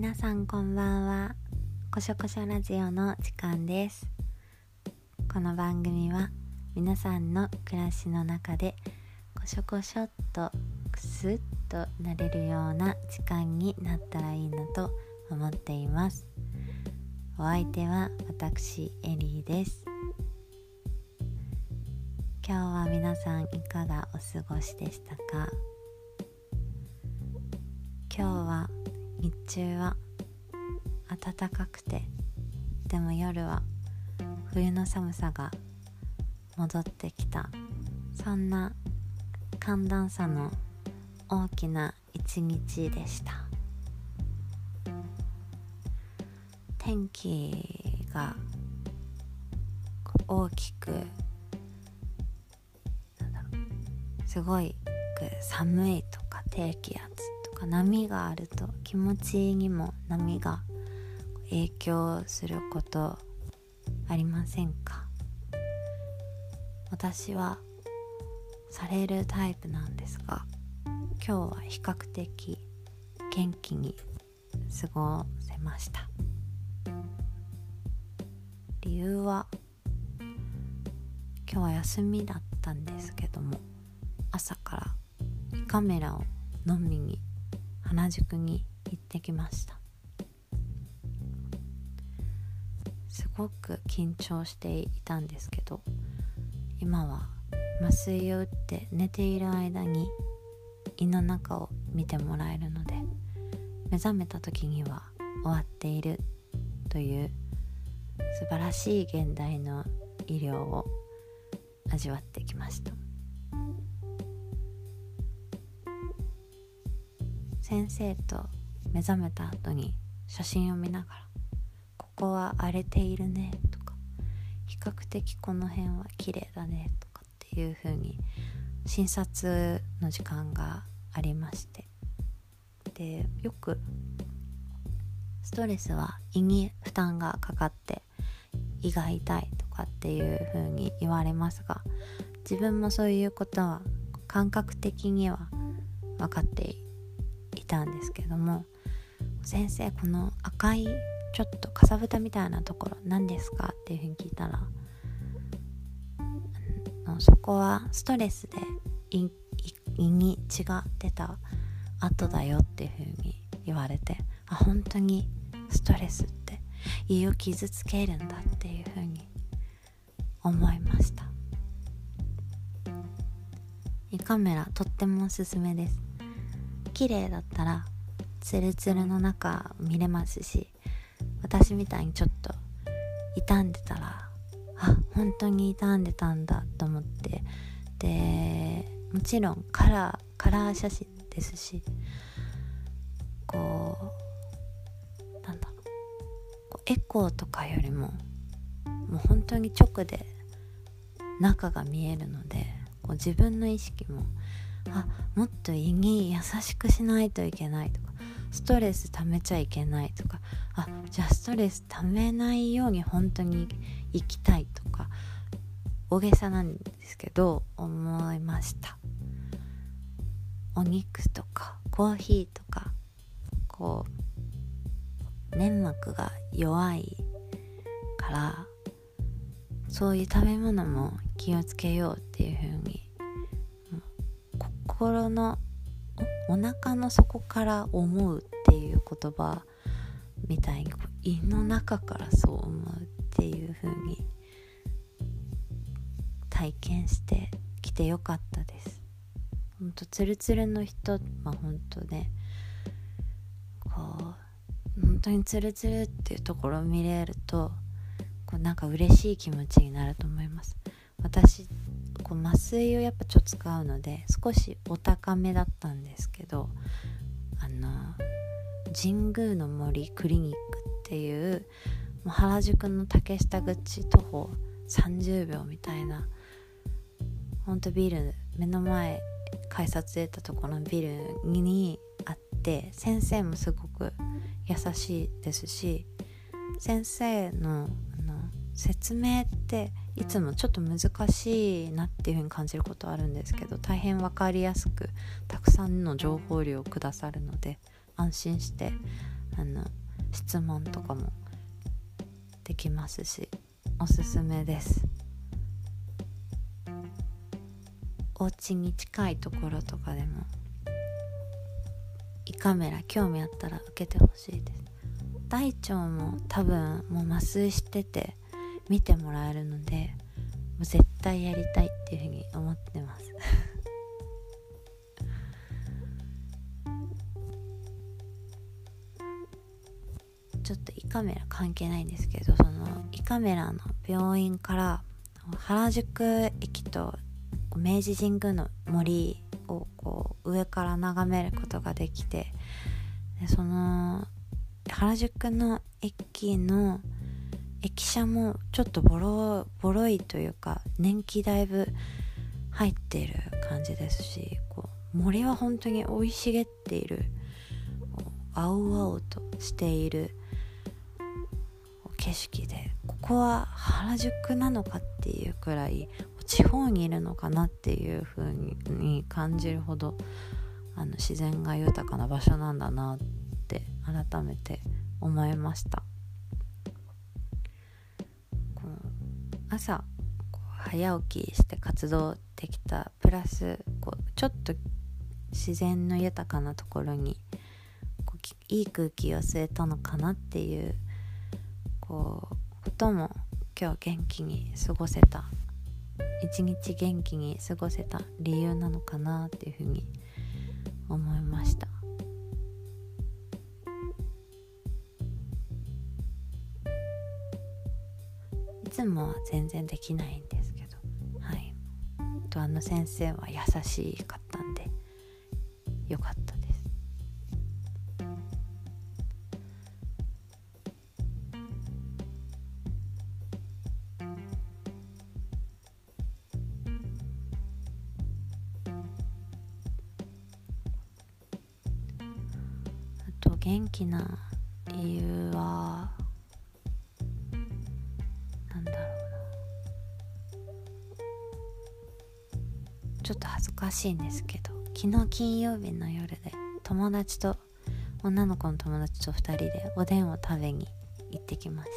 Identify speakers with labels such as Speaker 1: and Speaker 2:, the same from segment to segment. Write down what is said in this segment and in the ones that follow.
Speaker 1: 皆さんこんばんは。こしょこしょラジオの時間です。この番組は皆さんの暮らしの中でこしょこしょっとくすっとなれるような時間になったらいいなと思っています。お相手は私エリーです。今日は皆さんいかがお過ごしでしたか？今日は日中は暖かくて、でも夜は冬の寒さが戻ってきた、そんな寒暖差の大きな一日でした。天気が大きくすごい寒いとか低気圧とか波があると気持ちにも波が影響することありませんか？私はされるタイプなんですが、今日は比較的元気に過ごせました。理由は今日は休みだったんですけども、朝から胃カメラを飲みに原宿に行ってきました。すごく緊張していたんですけど、今は麻酔を打って寝ている間に胃の中を見てもらえるので、目覚めた時には終わっているという素晴らしい現代の医療を味わってきました。先生と目覚めた後に写真を見ながら、ここは荒れているねとか、比較的この辺は綺麗だねとかっていう風に診察の時間がありまして、でよくストレスは胃に負担がかかって胃が痛いとかっていう風に言われますが、自分もそういうことは感覚的には分かっていたんですけども、先生この赤いちょっとかさぶたみたいなところ何ですかっていうふうに聞いたら、そこはストレスで胃に血が出た後だよっていうふうに言われて、本当にストレスって胃を傷つけるんだっていうふうに思いました。胃カメラとってもおすすめです。綺麗だったらツルツルの中見れますし、私みたいにちょっと傷んでたら本当に傷んでたんだと思って、でもちろんカラー写真ですし、エコーとかよりももう本当に直で中が見えるので、自分の意識ももっと胃に優しくしないといけないとか、ストレス溜めちゃいけないとか、じゃあストレス溜めないように本当に生きたいとか、大げさなんですけど思いました。お肉とかコーヒーとか粘膜が弱いから、そういう食べ物も気をつけようっていう風に、心のお腹の底から思うっていう言葉みたいに、胃の中からそう思うっていう風に体験してきてよかったです。ほんとツルツルの人は本当ね、本当にツルツルっていうところを見れるとなんか嬉しい気持ちになると思います。私麻酔をやっぱちょっと使うので少しお高めだったんですけど、神宮の森クリニックっていう原宿の竹下口徒歩30秒みたいな、ほんとビル目の前、改札出たところのビルにあって、先生もすごく優しいですし、先生の説明っていつもちょっと難しいなっていう風に感じることあるんですけど、大変わかりやすくたくさんの情報量をくださるので安心して質問とかもできますし、おすすめです。お家に近いところとかでも胃カメラ興味あったら受けてほしいです。大腸も多分もう麻酔してて見てもらえるので、もう絶対やりたいっていうふうに思ってますちょっと胃カメラ関係ないんですけど、その胃カメラの病院から原宿駅と明治神宮の森をこう上から眺めることができて、でその原宿の駅の駅舎もちょっとボロいというか、年季だいぶ入っている感じですし、こう森は本当に生い茂っている、青々としている景色で、ここは原宿なのかっていうくらい地方にいるのかなっていう風に感じるほど自然が豊かな場所なんだなって改めて思いました。こう朝早起きして活動できたプラスちょっと自然の豊かなところにいい空気を吸えたのかなっていうことも、今日元気に過ごせた、一日元気に過ごせた理由なのかなっていうふうに思いました。いつもは全然できないんですけど、はい、先生は優しかったんでよかったです。元気な理由はなんだろうな、ちょっと恥ずかしいんですけど、昨日金曜日の夜で女の子の友達と2人でおでんを食べに行ってきました。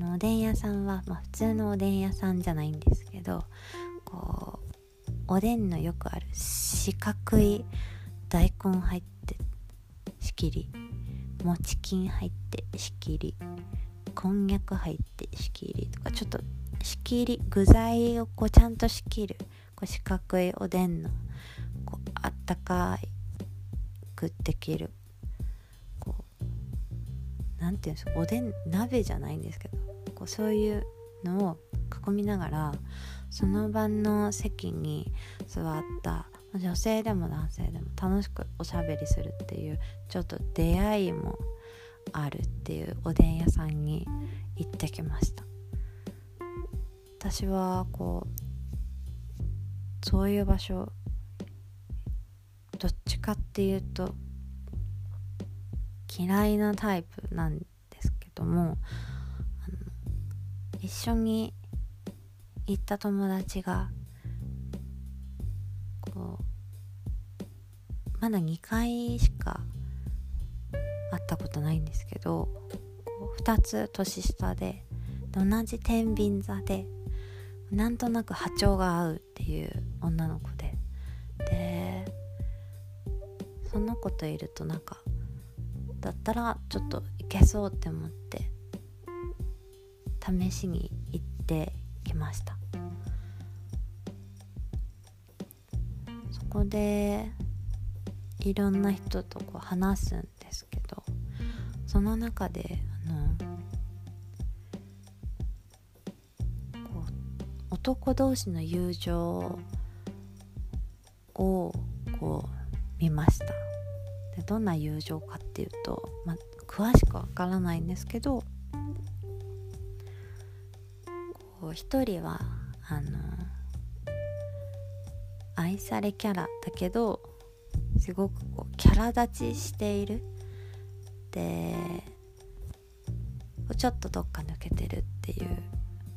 Speaker 1: おでん屋さんは、普通のおでん屋さんじゃないんですけど、おでんのよくある四角い大根入って仕切り、餅巾入って仕切り、こんにゃく入って仕切りとか、ちょっと仕切り具材をちゃんと仕切る四角いおでんのあったかくできるなんていうんですか、おでん鍋じゃないんですけど、そういうのを囲みながら、その場の席に座った女性でも男性でも楽しくおしゃべりするっていう、ちょっと出会いもあるっていうおでん屋さんに行ってきました。私はそういう場所、どっちかっていうと嫌いなタイプなんですけども、一緒に行った友達がまだ2回しか会ったことないんですけど、2つ年下で同じ天秤座で、なんとなく波長が合うっていう女の子で、その子といるとだったらちょっといけそうって思って試しに行ってきました。そこでいろんな人と話すんですけど、その中で男同士の友情を見ました。でどんな友情かっていうと、詳しくわからないんですけど、一人は愛されキャラだけどすごくキャラ立ちしている、でちょっとどっか抜けてるっていう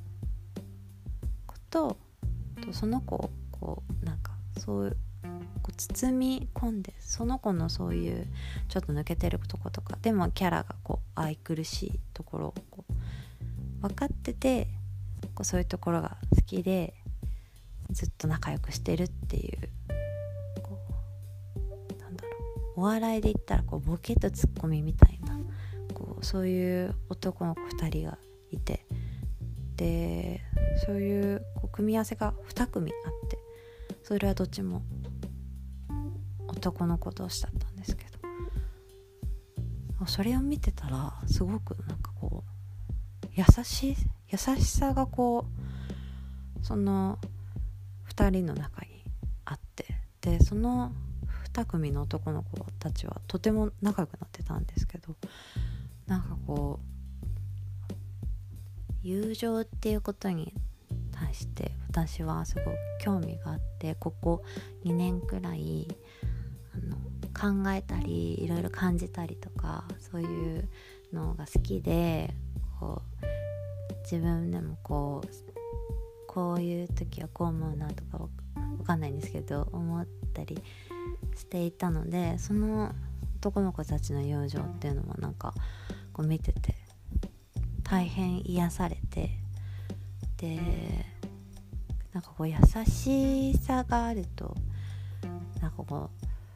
Speaker 1: ことと、その子をそういう包み込んで、その子のそういうちょっと抜けてるとことかでもキャラがこう愛くるしいところをこう分かってて、こうそういうところが好きでずっと仲良くしてるっていう、こうなんだろう、お笑いで言ったらこうボケとツッコミみたいな、こうそういう男の子2人がいて、でそういうこう組み合わせが2組あって、それはどっちも男の子同士だったんですけど、それを見てたらすごくなんかこう優しさがこうその2人の中にあって、でその2組の男の子たちはとても仲良くなってたんですけど、なんかこう友情っていうことに対して私はすごく興味があって、ここ2年くらい考えたりいろいろ感じたりとか、そういうのが好きで、こう自分でもこういう時はこう思うなとかわかんないんですけど思ったりしていたので、その男の子たちの友情っていうのもなんかこう見てて大変癒されて、でなんかこう優しさがあるとなんかこ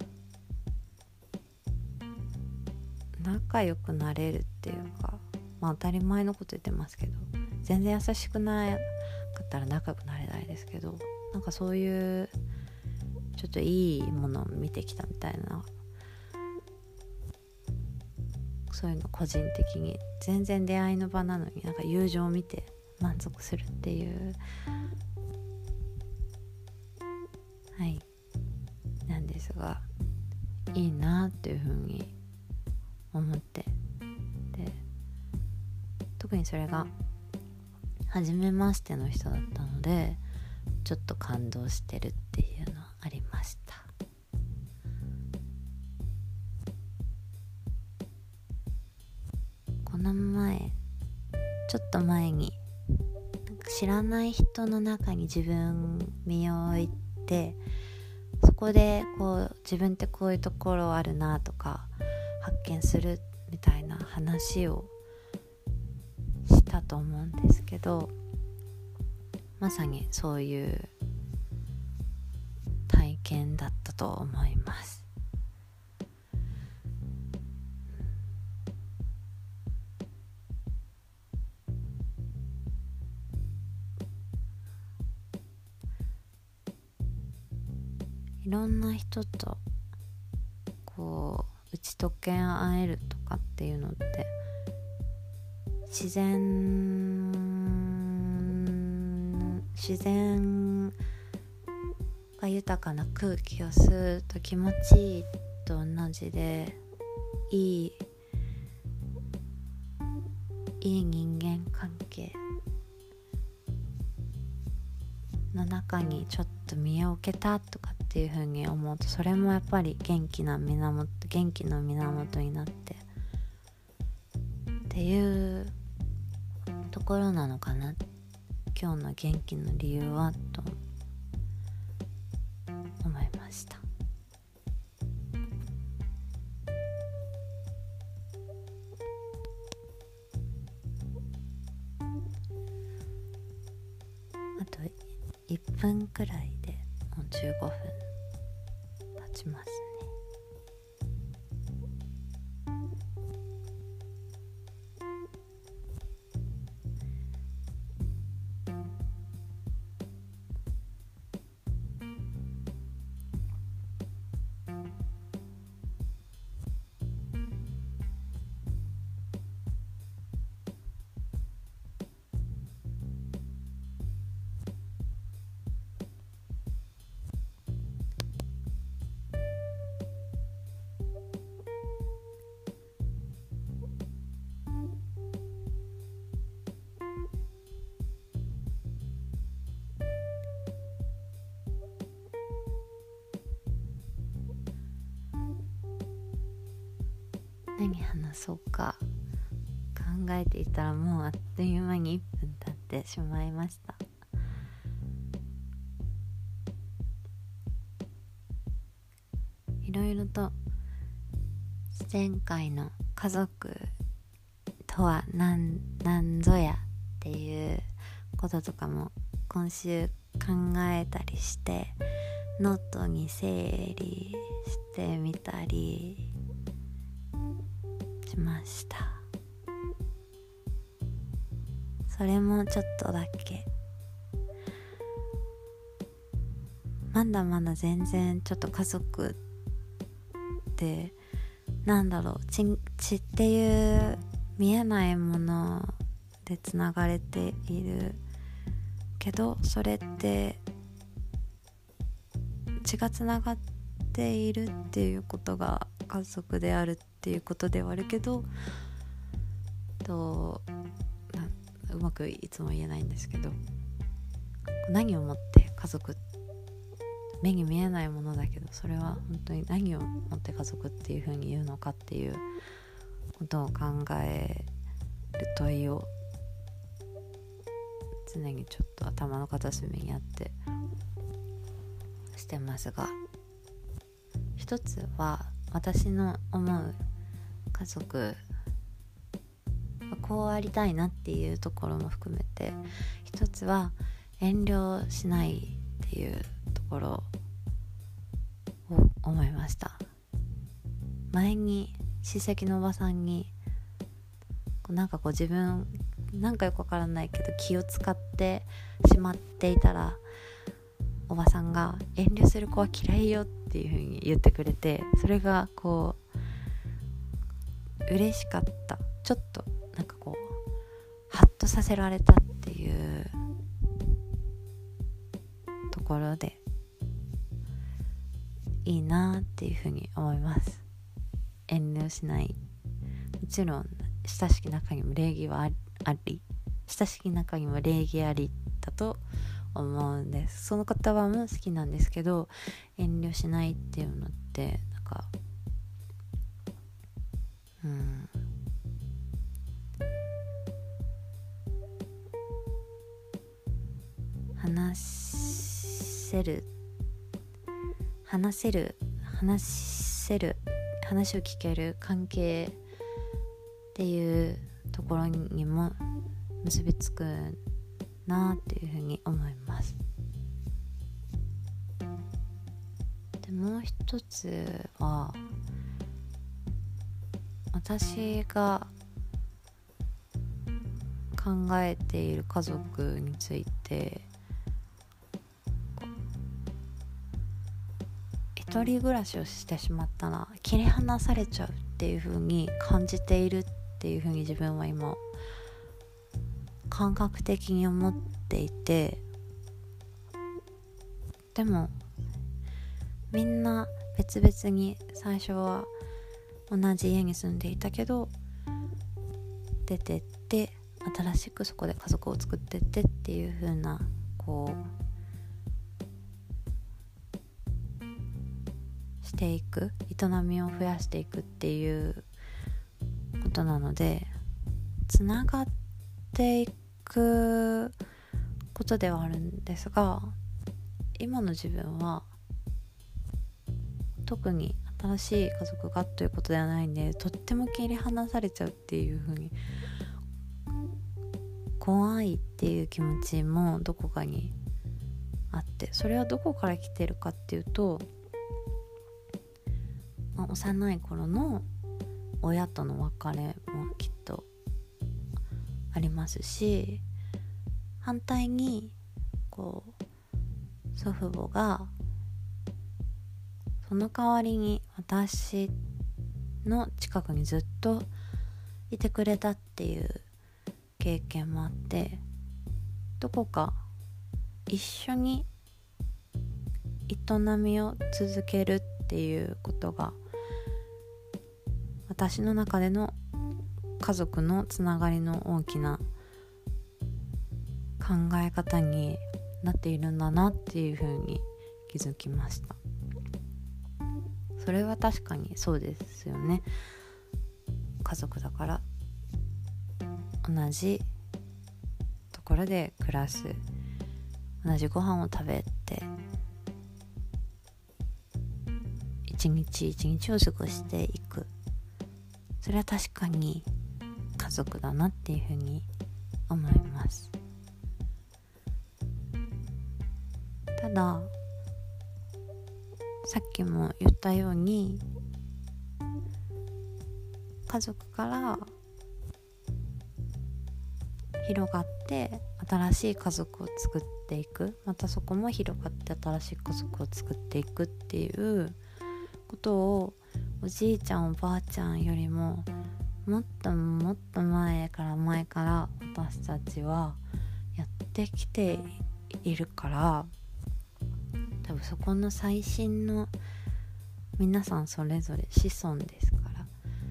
Speaker 1: う仲良くなれるっていうか、まあ当たり前のこと言ってますけど、全然優しくなかったら仲良くなれないですけど、なんかそういうちょっといいものを見てきたみたいな、そういうの個人的に全然出会いの場なのになんか友情を見て満足するっていう、はいなんですが、いいなっていうふうに思って、で特にそれが初めましての人だったのでちょっと感動してるっていうのはありました。この前ちょっと前になんか知らない人の中に自分身を置いて、そこでこう自分ってこういうところあるなとか発見するみたいな話をしたと思うんですけど、まさにそういう体験だったと思います。いろんな人とこう打ち解け合えるとかっていうのって自然が豊かな空気を吸うと気持ちいいと同じで、いい人間関係の中にちょっと身を置けたとかっていう風に思うと、それもやっぱり元気の源になってっていうところなのかな、今日の元気の理由はと思いました。あと1分くらいでもう15分経ちますね。何話そうか考えていたらもうあっという間に1分経ってしまいました。 ろいろと前回の家族とは何ぞやっていうこととかも今週考えたりして、ノートに整理してみたりしました。それもちょっとだけ、まだまだ全然ちょっと家族って血っていう見えないものでつながれているけど、それって血がつながっているっていうことが家族であるっていうことではあるけど、うまくいつも言えないんですけど、何をもって家族、目に見えないものだけど、それは本当に何をもって家族っていうふうに言うのかっていうことを考える問いを常にちょっと頭の片隅にあってしてますが、一つは私の思う家族、こうありたいなっていうところも含めて、一つは遠慮しないっていうところを思いました。前に親戚のおばさんに自分よくわからないけど気を使ってしまっていたら、おばさんが遠慮する子は嫌いよっていう風に言ってくれて、それが嬉しかった。ちょっとハッとさせられたっていうところでいいなっていう風に思います。遠慮しない、もちろん親しき中にも礼儀はあり、親しき中にも礼儀ありだと思うんです。その言葉も好きなんですけど、遠慮しないっていうのって話を聞ける関係っていうところにも結びつくなっていうふうに思います。でもう一つは、私が考えている家族について、一人暮らしをしてしまったら切り離されちゃうっていう風に感じているっていう風に自分は今感覚的に思っていて、でもみんな別々に最初は同じ家に住んでいたけど、出てって新しくそこで家族を作ってってっていう風なしていく、営みを増やしていくっていうことなので、つながっていくことではあるんですが、今の自分は特に新しい家族がということではないんで、とっても切り離されちゃうっていう風に怖いっていう気持ちもどこかにあって、それはどこから来てるかっていうと、幼い頃の親との別れもきっとありますし、反対に祖父母がその代わりに私の近くにずっといてくれたっていう経験もあって、どこか一緒に営みを続けるっていうことが私の中での家族のつながりの大きな考え方になっているんだなっていうふうに気づきました。それは確かにそうですよね。家族だから同じところで暮らす、同じご飯を食べて一日一日を過ごしていく。それは確かに家族だなっていうふうに思います。たださっきも言ったように、家族から広がって新しい家族を作っていく、またそこも広がって新しい家族を作っていくっていうことを、おじいちゃんおばあちゃんよりももっともっと前から私たちはやってきているから、多分そこの最新の皆さんそれぞれ子孫ですから、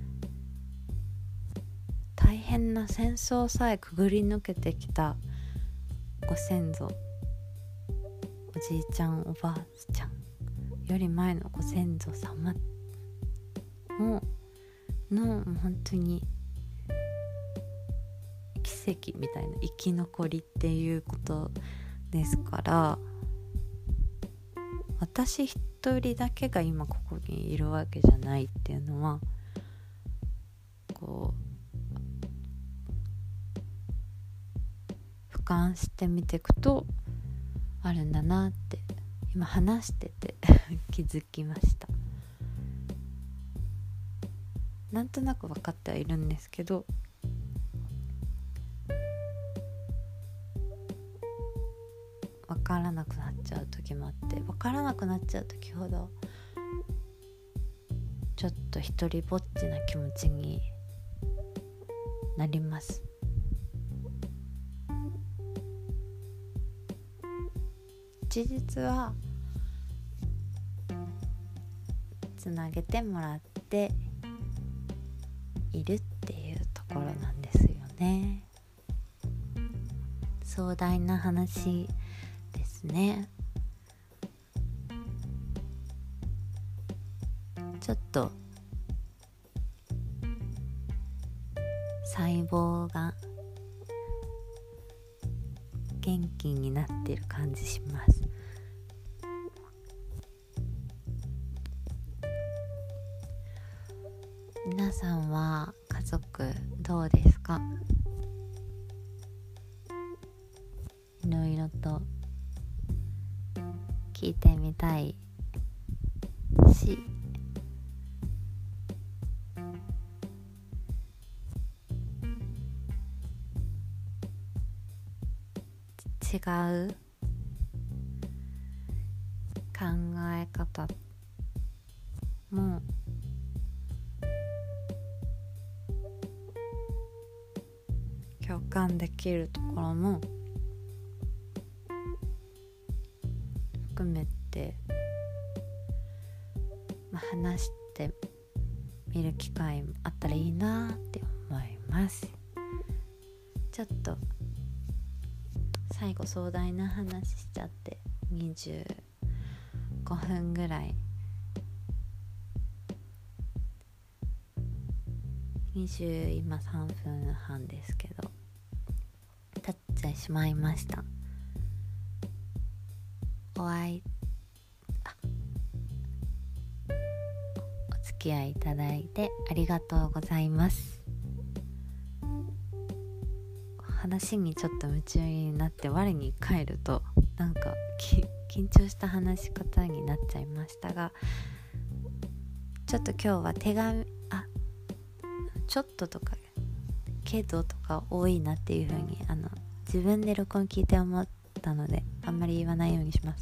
Speaker 1: 大変な戦争さえくぐり抜けてきたご先祖、おじいちゃんおばあちゃんより前のご先祖様の本当に奇跡みたいな生き残りっていうことですから、私一人だけが今ここにいるわけじゃないっていうのは、こう俯瞰してみていくとあるんだなって今話してて気づきました。なんとなく分かってはいるんですけど、分からなくなっちゃう時もあって、分からなくなっちゃう時ほどちょっと一人ぼっちな気持ちになります。事実はつなげてもらっているっていうところなんですよね。壮大な話ですね。ちょっと細胞が元気になってる感じします。皆さんは家族どうですか？いろいろと聞いてみたいし、違う考え方も共感できるところも含めて、話してみる機会もあったらいいなって思います。ちょっと最後壮大な話しちゃって25分ぐらい、今3分半ですけど経っちゃしまいました。お付き合いいただいてありがとうございます。話にちょっと夢中になって我に返るとなんか緊張した話し方になっちゃいましたが、ちょっと今日はちょっととかけどとか多いなっていう風に自分で録音聞いて思ったのであんまり言わないようにします。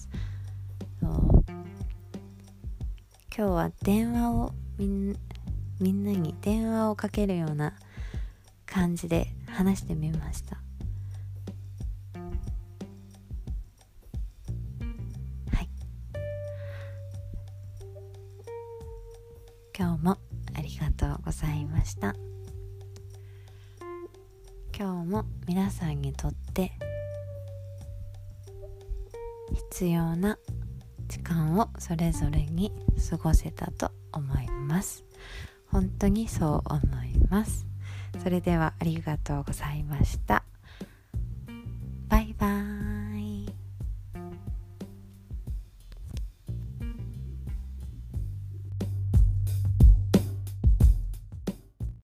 Speaker 1: 今日は電話をみんなに電話をかけるような感じで話してみました。はい、今日もありがとうございました。今日も皆さんにとって必要な時間をそれぞれに過ごせたと思います。本当にそう思います。それではありがとうございました。